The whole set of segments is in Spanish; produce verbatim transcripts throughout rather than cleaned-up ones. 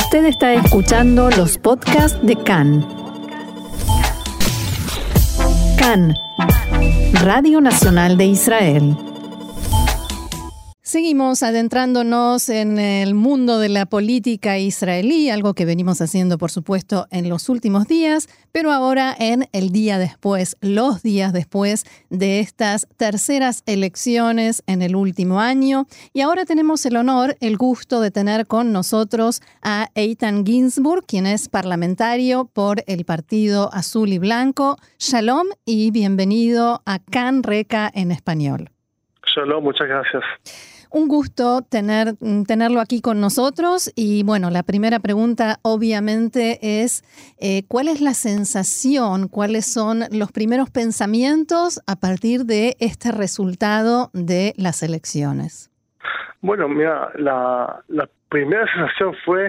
Usted está escuchando los podcasts de C A N. C A N, Radio Nacional de Israel. Seguimos adentrándonos en el mundo de la política israelí, algo que venimos haciendo, por supuesto, en los últimos días, pero ahora en el día después, los días después de estas terceras elecciones en el último año. Y ahora tenemos el honor, el gusto de tener con nosotros a Eitan Ginsburg, quien es parlamentario por el Partido Azul y Blanco. Shalom y bienvenido a C A N Reca en español. Shalom, muchas gracias. Un gusto tener, tenerlo aquí con nosotros y bueno, la primera pregunta obviamente es eh, ¿cuál es la sensación, cuáles son los primeros pensamientos a partir de este resultado de las elecciones? Bueno, mira, la, la primera sensación fue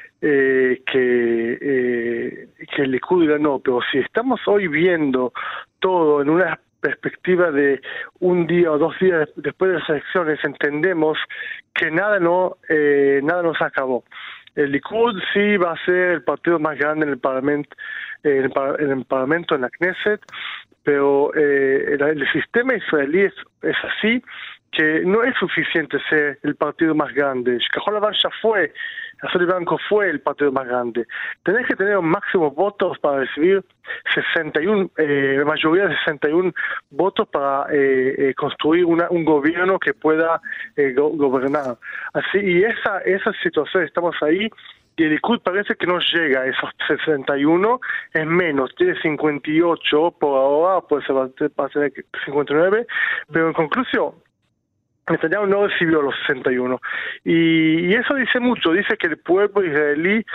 eh, que, eh, que el Likud ganó, pero si estamos hoy viendo todo en una perspectiva de un día o dos días después de las elecciones, entendemos que nada no eh, nada nos acabó. El Likud sí va a ser el partido más grande en el parlamento, eh, en, el, en el parlamento, en la Knesset, pero eh, el, el sistema israelí es, es así que no es suficiente ser el partido más grande. Kahol Lavan ya fue, Azul y Blanco fue el partido más grande. Tenés que tener un máximo de votos para recibir sesenta y uno, eh, la mayoría de sesenta y uno votos para eh, eh, construir una, un gobierno que pueda eh, go- gobernar. Así, y esa, esa situación, estamos ahí, y el Likud parece que no llega a esos sesenta y uno, es menos, tiene cincuenta y ocho por ahora, puede ser, va a tener cincuenta y nueve, pero en conclusión, Netanyahu no recibió los sesenta y uno. Y, y eso dice mucho, dice que el pueblo israelí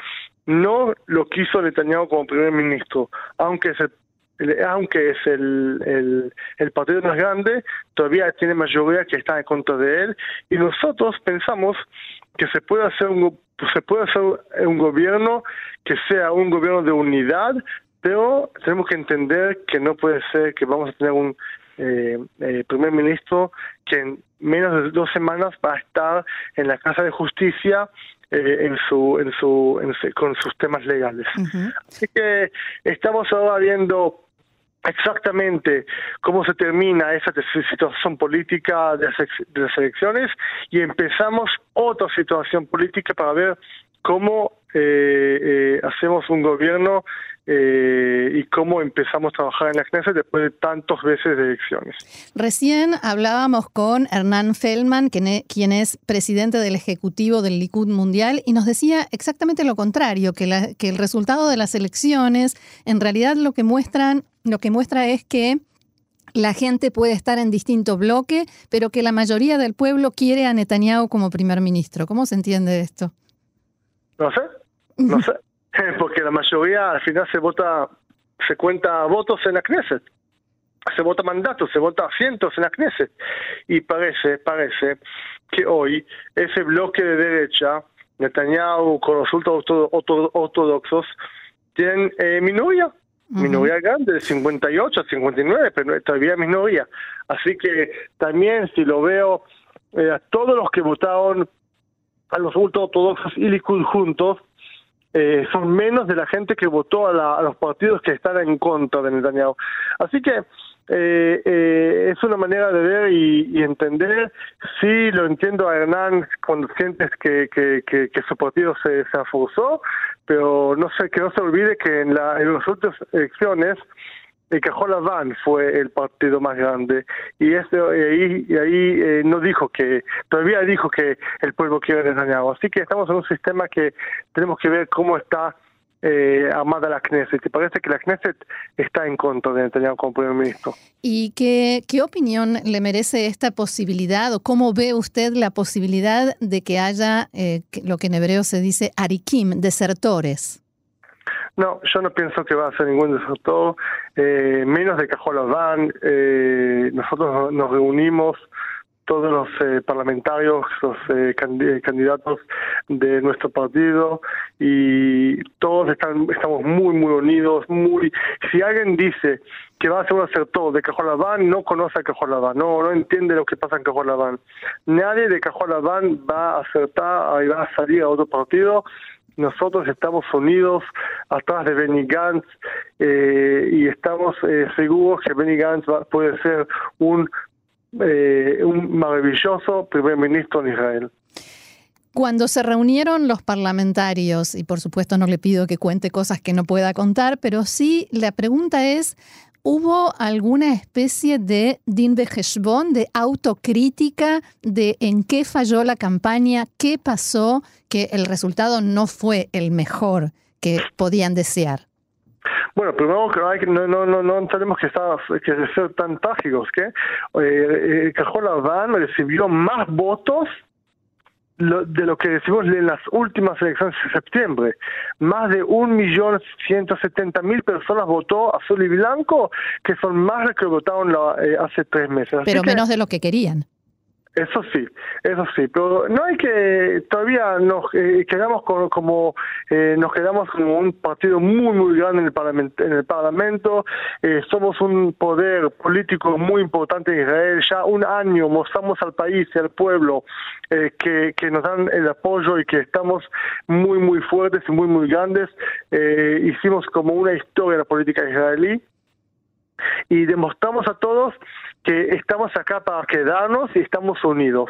no lo quiso Netanyahu como primer ministro, aunque es el, el aunque es el, el, el partido más grande, todavía tiene mayoría que está en contra de él, y nosotros pensamos que se puede hacer un, se puede hacer un gobierno que sea un gobierno de unidad, pero tenemos que entender que no puede ser que vamos a tener un Eh, eh, primer ministro que en menos de dos semanas va a estar en la Casa de Justicia eh, en su, en su, en su, con sus temas legales. Uh-huh. Así que estamos ahora viendo exactamente cómo se termina esa situación política de las, de las elecciones y empezamos otra situación política para ver cómo eh, eh, hacemos un gobierno eh, y cómo empezamos a trabajar en la Knesset después de tantas veces de elecciones. Recién hablábamos con Hernán Feldman, quien es presidente del Ejecutivo del Likud Mundial, y nos decía exactamente lo contrario, que, la, que el resultado de las elecciones en realidad lo que muestran, lo que muestra es que la gente puede estar en distinto bloque, pero que la mayoría del pueblo quiere a Netanyahu como primer ministro. ¿Cómo se entiende esto? No sé, no sé, porque la mayoría al final se vota, se cuenta votos en la Knesset, se vota mandatos, se vota asientos en la Knesset, y parece, parece que hoy ese bloque de derecha, Netanyahu con los ultraortodoxos, tienen eh, minoría, uh-huh. minoría grande, de cincuenta y ocho a cincuenta y nueve, pero todavía minoría. Así que también si lo veo, eh, a todos los que votaron a los ultraortodoxos y Likud juntos, eh, son menos de la gente que votó a, la, a los partidos que están en contra de Netanyahu. Así que eh, eh, es una manera de ver y, y entender. Sí, lo entiendo a Hernán cuando sientes que, que, que, que su partido se, se esforzó, pero no sé, que no se olvide que en, la, en las últimas elecciones el Kahol Lavan fue el partido más grande y este y ahí, y ahí eh, no dijo que, todavía dijo que el pueblo quiere Netanyahu. Así que estamos en un sistema que tenemos que ver cómo está eh, armada la Knesset. Y parece que la Knesset está en contra de Netanyahu como primer ministro. ¿Y qué, qué opinión le merece esta posibilidad o cómo ve usted la posibilidad de que haya eh, lo que en hebreo se dice arikim, desertores? No, yo no pienso que va a ser ningún desertor, eh, menos de Kahol Lavan. Eh, nosotros nos reunimos, todos los eh, parlamentarios, los eh, candidatos de nuestro partido, y todos están, estamos muy, muy unidos. Muy. Si alguien dice que va a ser un desertor de Kahol Lavan, no conoce a Kahol Lavan, no, no entiende lo que pasa en Kahol Lavan. Nadie de Kahol Lavan va a acertar y va a salir a otro partido. nosotros estamos unidos atrás de Benny Gantz eh, y estamos eh, seguros que Benny Gantz va, puede ser un, eh, un maravilloso primer ministro en Israel. Cuando se reunieron los parlamentarios, y por supuesto no le pido que cuente cosas que no pueda contar, pero sí la pregunta es, ¿hubo alguna especie de din vejeshbon, de autocrítica de en qué falló la campaña, qué pasó, que el resultado no fue el mejor que podían desear? Bueno, primero que hay que, no, no, no, no tenemos que, estar, que ser tan trágicos, que eh, eh, Cajol Laván recibió más votos de lo que decimos en las últimas elecciones de septiembre. Más de un millón ciento setenta mil personas votó azul y blanco, que son más de los que votaron la, eh, hace tres meses. Así pero que, menos de lo que querían. Eso sí, eso sí, pero no hay que, todavía nos eh, quedamos con, como, eh, nos quedamos como un partido muy, muy grande en el parlamento, en el parlamento. Eh, somos un poder político muy importante en Israel. Ya un año mostramos al país y al pueblo eh, que, que nos dan el apoyo y que estamos muy, muy fuertes y muy, muy grandes. Eh, hicimos como una historia de la política israelí y demostramos a todos que estamos acá para quedarnos y estamos unidos.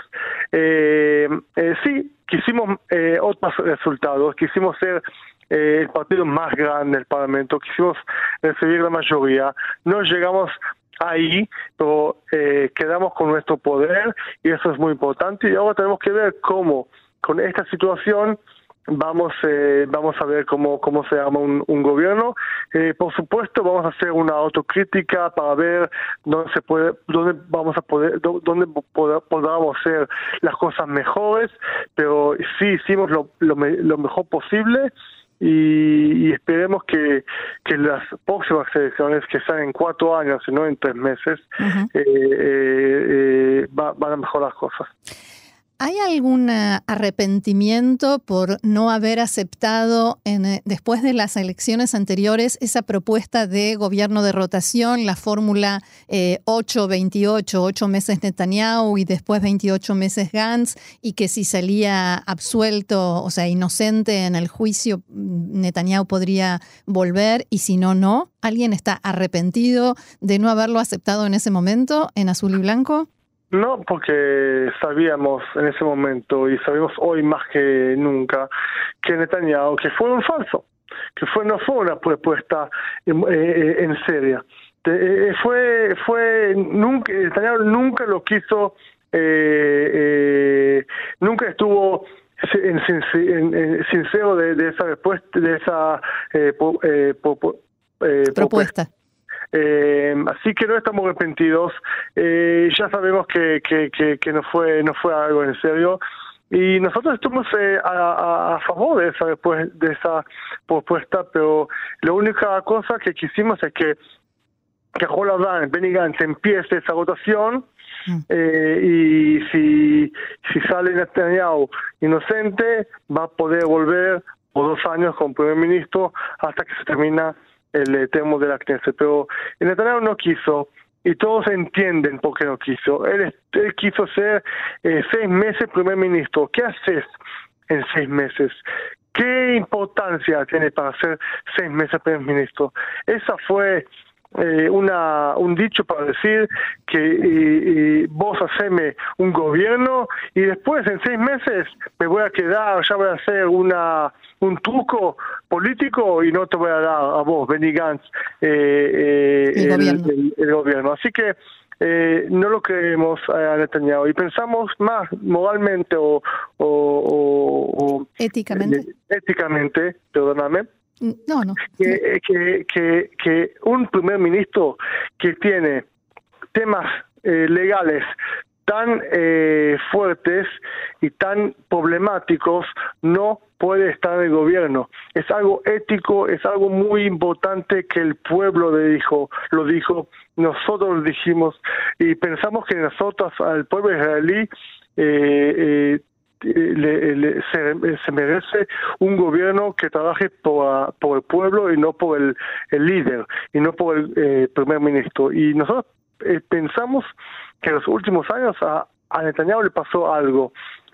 Eh, eh, sí, quisimos eh, otros resultados, quisimos ser eh, el partido más grande del Parlamento, quisimos recibir la mayoría, no llegamos ahí, pero eh, quedamos con nuestro poder y eso es muy importante y ahora tenemos que ver cómo con esta situación Vamos eh, vamos a ver cómo cómo se llama un, un gobierno. Eh, por supuesto, vamos a hacer una autocrítica para ver dónde se puede, dónde vamos a poder, dónde podamos hacer las cosas mejores. Pero sí hicimos lo lo, lo mejor posible y, y esperemos que que las próximas elecciones, que sean en cuatro años y no en tres meses, uh-huh. eh, eh, eh, va, van a mejorar las cosas. ¿Hay algún arrepentimiento por no haber aceptado en, después de las elecciones anteriores esa propuesta de gobierno de rotación, la fórmula eh, ocho veintiocho, ocho meses Netanyahu y después veintiocho meses Gantz, y que si salía absuelto, o sea, inocente en el juicio, Netanyahu podría volver y si no, no? ¿Alguien está arrepentido de no haberlo aceptado en ese momento en azul y blanco? No, porque sabíamos en ese momento y sabemos hoy más que nunca que Netanyahu, que fue un falso, que fue no fue una propuesta en, eh, en serio. Eh, fue, fue nunca Netanyahu nunca lo quiso, eh, eh, nunca estuvo en, en, en, sincero de, de esa respuesta, de esa eh, po, eh, po, eh, propuesta. propuesta. Eh, así que no estamos arrepentidos, eh, ya sabemos que, que, que, que no fue no fue algo en serio y nosotros estuvimos eh, a, a, a favor de esa después de esa propuesta, pero la única cosa que quisimos es que que Roland Benny Gantz empiece esa votación mm. eh, y si si sale Netanyahu inocente va a poder volver por dos años como primer ministro hasta que se termina el tema de la Knesset, pero Netanyahu no quiso y todos entienden por qué no quiso. Él, él quiso ser eh, seis meses primer ministro. ¿Qué haces en seis meses? ¿Qué importancia tiene para ser seis meses primer ministro? Esa fue eh, una un dicho para decir que eh, eh, vos haceme un gobierno y después en seis meses me voy a quedar, ya voy a hacer una un truco político y no te voy a dar a vos, Benny Gantz, eh, eh, el, el, gobierno. El, el gobierno. Así que eh, no lo creemos a Netanyahu y pensamos más moralmente o, o, o, o éticamente, eh, éticamente, perdóname, no, no. Que, que, que, que un primer ministro que tiene temas eh, legales tan eh, fuertes y tan problemáticos no puede estar en el gobierno. Es algo ético, es algo muy importante que el pueblo le dijo, lo dijo, nosotros lo dijimos y pensamos que nosotros, al pueblo israelí, eh, eh, Le, le, se, se merece un gobierno que trabaje por, por el pueblo y no por el, el líder y no por el eh, primer ministro. Y nosotros eh, pensamos que en los últimos años a, a Netanyahu le pasó algo.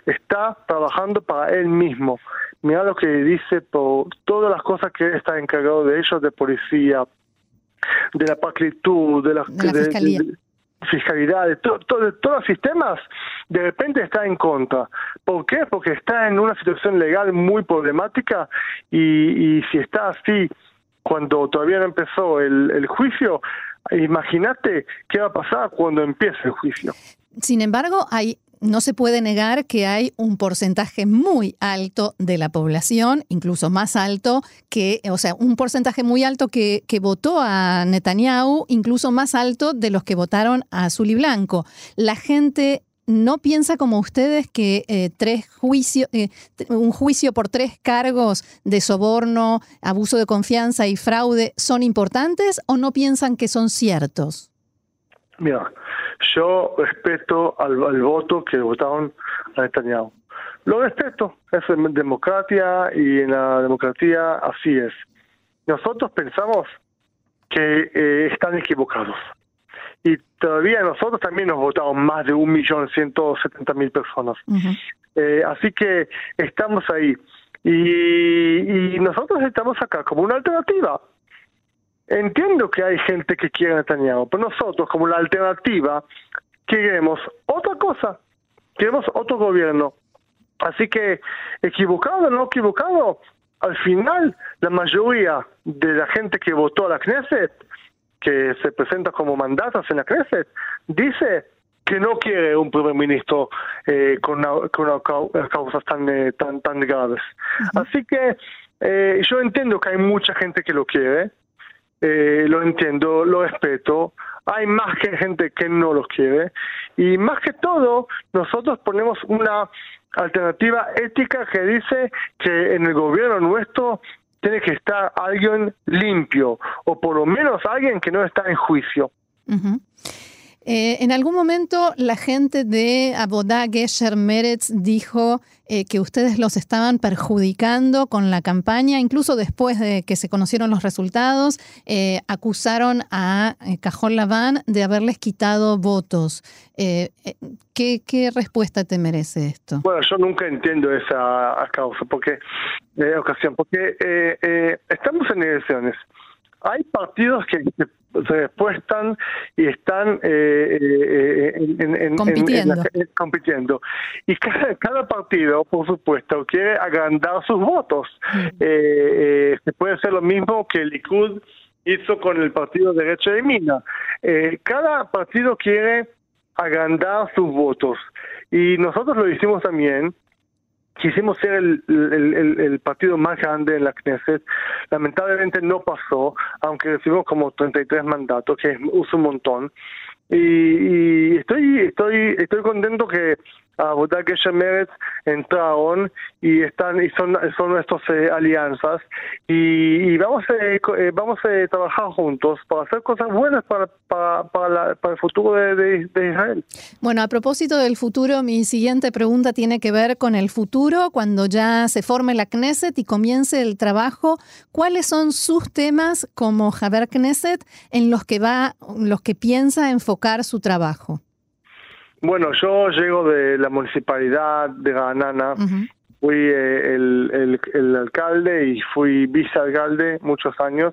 está trabajando para él mismo. Mira lo que dice por todas las cosas que él está encargado de ellos, de policía, de la parclitud, de la, de la de, fiscalía. De, de, fiscalidad, de, to, to, de todos los sistemas, de repente está en contra. ¿Por qué? Porque está en una situación legal muy problemática y, y si está así cuando todavía no empezó el, el juicio, imagínate qué va a pasar cuando empiece el juicio. Sin embargo, hay, no se puede negar que hay un porcentaje muy alto de la población, incluso más alto que, o sea, un porcentaje muy alto que, que votó a Netanyahu, incluso más alto de los que votaron a Azul y Blanco. La gente no piensa como ustedes que eh, tres juicios, eh, un juicio por tres cargos de soborno, abuso de confianza y fraude son importantes, o no piensan que son ciertos. Mira, yo respeto al, al voto que votaron a Netanyahu. Lo respeto, es democracia y en la democracia así es. Nosotros pensamos que eh, están equivocados. Y todavía nosotros también nos votaron más de un millón ciento setenta mil personas. Uh-huh. Eh, así que estamos ahí. Y, y nosotros estamos acá como una alternativa. Entiendo que hay gente que quiere a Netanyahu, pero nosotros como la alternativa queremos otra cosa, queremos otro gobierno. Así que, equivocado o no equivocado, al final la mayoría de la gente que votó a la Knesset, que se presenta como mandatos en la Knesset, dice que no quiere un primer ministro eh, con, una, con una causas tan, eh, tan, tan graves. Uh-huh. Así que eh, yo entiendo que hay mucha gente que lo quiere. Eh, lo entiendo, lo respeto. Hay más que gente que no los quiere y más que todo nosotros ponemos una alternativa ética que dice que en el gobierno nuestro tiene que estar alguien limpio o por lo menos alguien que no está en juicio. Uh-huh. Eh, en algún momento la gente de Avodah Gesher Meretz dijo eh, que ustedes los estaban perjudicando con la campaña, incluso después de que se conocieron los resultados, eh, acusaron a eh, Cajol Laván de haberles quitado votos. Eh, eh, ¿qué, ¿Qué respuesta te merece esto? Bueno, yo nunca entiendo esa causa, porque eh, ocasión, porque eh, eh, estamos en elecciones. Hay partidos que se respuestan y están eh, eh, en, en, compitiendo. En, en la, compitiendo. Y cada, cada partido, por supuesto, quiere agrandar sus votos. Mm. Eh, eh, se puede hacer lo mismo que el Likud hizo con el partido de derecha de Mina. Eh, cada partido quiere agrandar sus votos. Y nosotros lo hicimos también. Quisimos ser el, el, el, el partido más grande en la Knesset. Lamentablemente no pasó, aunque recibimos como treinta y tres mandatos, que es un montón. Y, y estoy estoy estoy contento que a Avodah Gesher Meretz entraron y están y son son nuestras eh, alianzas y, y vamos eh, eh, vamos a eh, trabajar juntos para hacer cosas buenas para para para, la, para el futuro de, de, de Israel. Bueno, a propósito del futuro, mi siguiente pregunta tiene que ver con el futuro cuando ya se forme la Knesset y comience el trabajo. ¿Cuáles son sus temas como Haver Knesset en los que va los que piensa enfocar su trabajo? Bueno, yo llego de la municipalidad de Ra'anana, uh-huh. fui eh, el, el, el alcalde y fui vicealcalde muchos años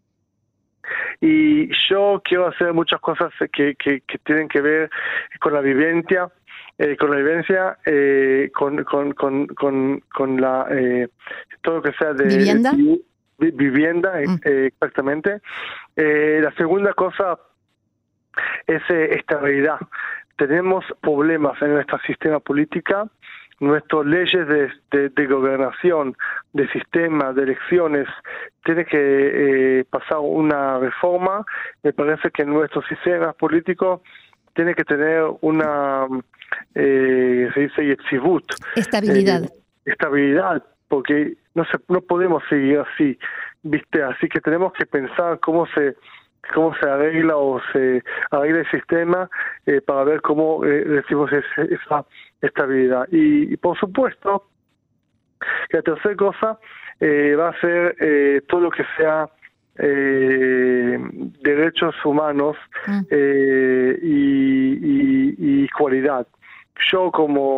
y yo quiero hacer muchas cosas que, que, que tienen que ver con la vivencia, eh, con la vivencia, eh, con, con, con, con, con la eh, todo lo que sea de vivienda, de, vivienda uh-huh. eh, exactamente. Eh, la segunda cosa es eh, estabilidad. Tenemos problemas en nuestro sistema político, nuestras leyes de, de, de gobernación, de sistema, de elecciones, tiene que eh, pasar una reforma. Me parece que nuestro sistema político tiene que tener una, eh, se dice yetzivut, estabilidad. Eh, estabilidad, porque no se, no podemos seguir así, viste, así que tenemos que pensar cómo se cómo se arregla o se arregla el sistema eh, para ver cómo eh, recibimos ese, esa estabilidad. Y, y por supuesto, que la tercera cosa eh, va a ser eh, todo lo que sea eh, derechos humanos eh, y, y, y igualdad. Yo como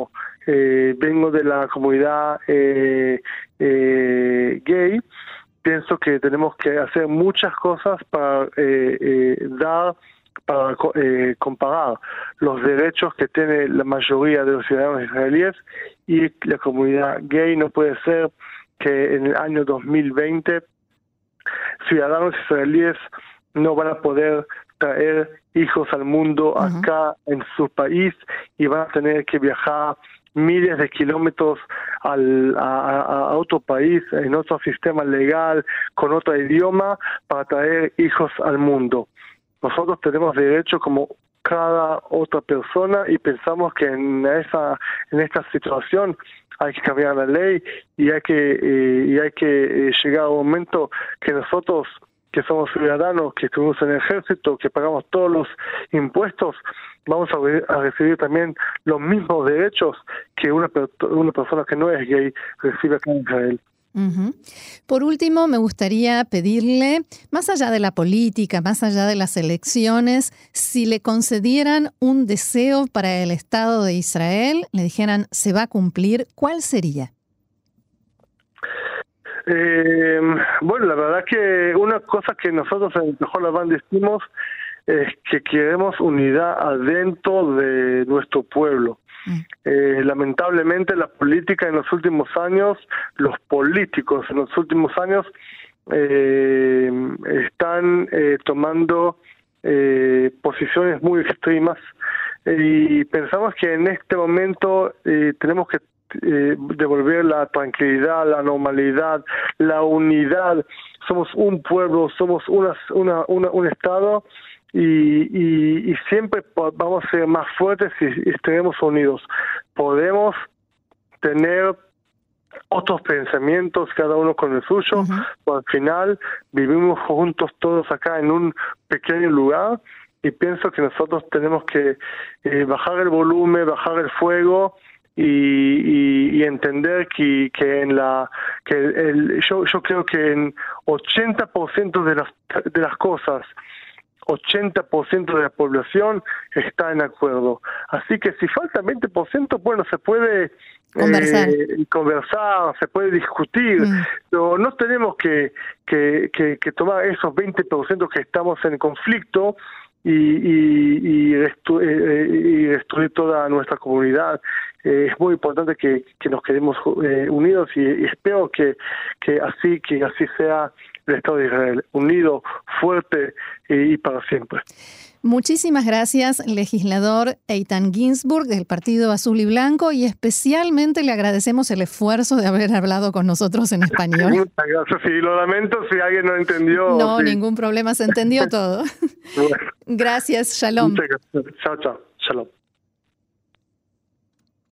eh, vengo de la comunidad eh, eh, gay, pienso que tenemos que hacer muchas cosas para eh, eh, dar, para eh, comparar los derechos que tiene la mayoría de los ciudadanos israelíes y la comunidad gay. No puede ser que en el año dos mil veinte ciudadanos israelíes no van a poder traer hijos al mundo acá uh-huh. en su país y van a tener que viajar miles de kilómetros al, a, a otro país, en otro sistema legal, con otro idioma, para traer hijos al mundo. Nosotros tenemos derecho como cada otra persona y pensamos que en esa en esta situación hay que cambiar la ley y hay que eh, y hay que eh, llegar a un momento que nosotros que somos ciudadanos, que estuvimos en el ejército, que pagamos todos los impuestos, vamos a, re- a recibir también los mismos derechos que una, per- una persona que no es gay recibe acá en Israel. Uh-huh. Por último, me gustaría pedirle, más allá de la política, más allá de las elecciones, si le concedieran un deseo para el Estado de Israel, le dijeran se va a cumplir, ¿cuál sería? Eh, bueno, la verdad que una cosa que nosotros en Mejor Labán decimos es que queremos unidad adentro de nuestro pueblo. Mm. Eh, lamentablemente la política en los últimos años, los políticos en los últimos años eh, están eh, tomando eh, posiciones muy extremas y pensamos que en este momento eh, tenemos que Eh, devolver la tranquilidad, la normalidad, la unidad. Somos un pueblo, somos una, una, una un estado y, y, y siempre vamos a ser más fuertes si estaremos unidos. Podemos tener otros pensamientos, cada uno con el suyo, uh-huh. pero al final vivimos juntos todos acá en un pequeño lugar y pienso que nosotros tenemos que eh, bajar el volumen, bajar el fuego Y, y, y entender que, que en la que el, yo yo creo que en ochenta por ciento de las de las cosas, ochenta por ciento de la población está en acuerdo. Así que si falta veinte por ciento, bueno, se puede conversar, eh, conversar se puede discutir, mm. pero no tenemos que, que, que, que tomar esos veinte por ciento que estamos en conflicto y, y, y, destu- eh, y destruir toda nuestra comunidad. Eh, es muy importante que, que nos quedemos eh, unidos y, y espero que, que así que así sea el Estado de Israel, unido, fuerte y, y para siempre. Muchísimas gracias, legislador Eitan Ginsburg del Partido Azul y Blanco, y especialmente le agradecemos el esfuerzo de haber hablado con nosotros en español. Muchas gracias, sí, lo lamento si alguien no entendió. No, sí. Ningún problema, se entendió todo. Bueno. Gracias, shalom. Muchas gracias. Chao, chao, shalom.